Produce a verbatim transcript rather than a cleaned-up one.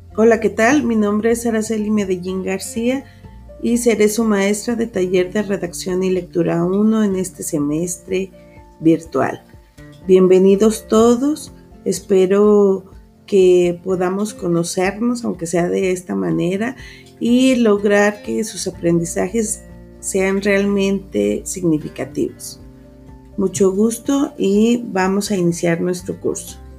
Hola, ¿qué tal? Mi nombre es Araceli Medellín García y seré su maestra de taller de redacción y lectura uno en este semestre virtual. Bienvenidos todos, espero que podamos conocernos, aunque sea de esta manera, y lograr que sus aprendizajes sean realmente significativos. Mucho gusto y vamos a iniciar nuestro curso.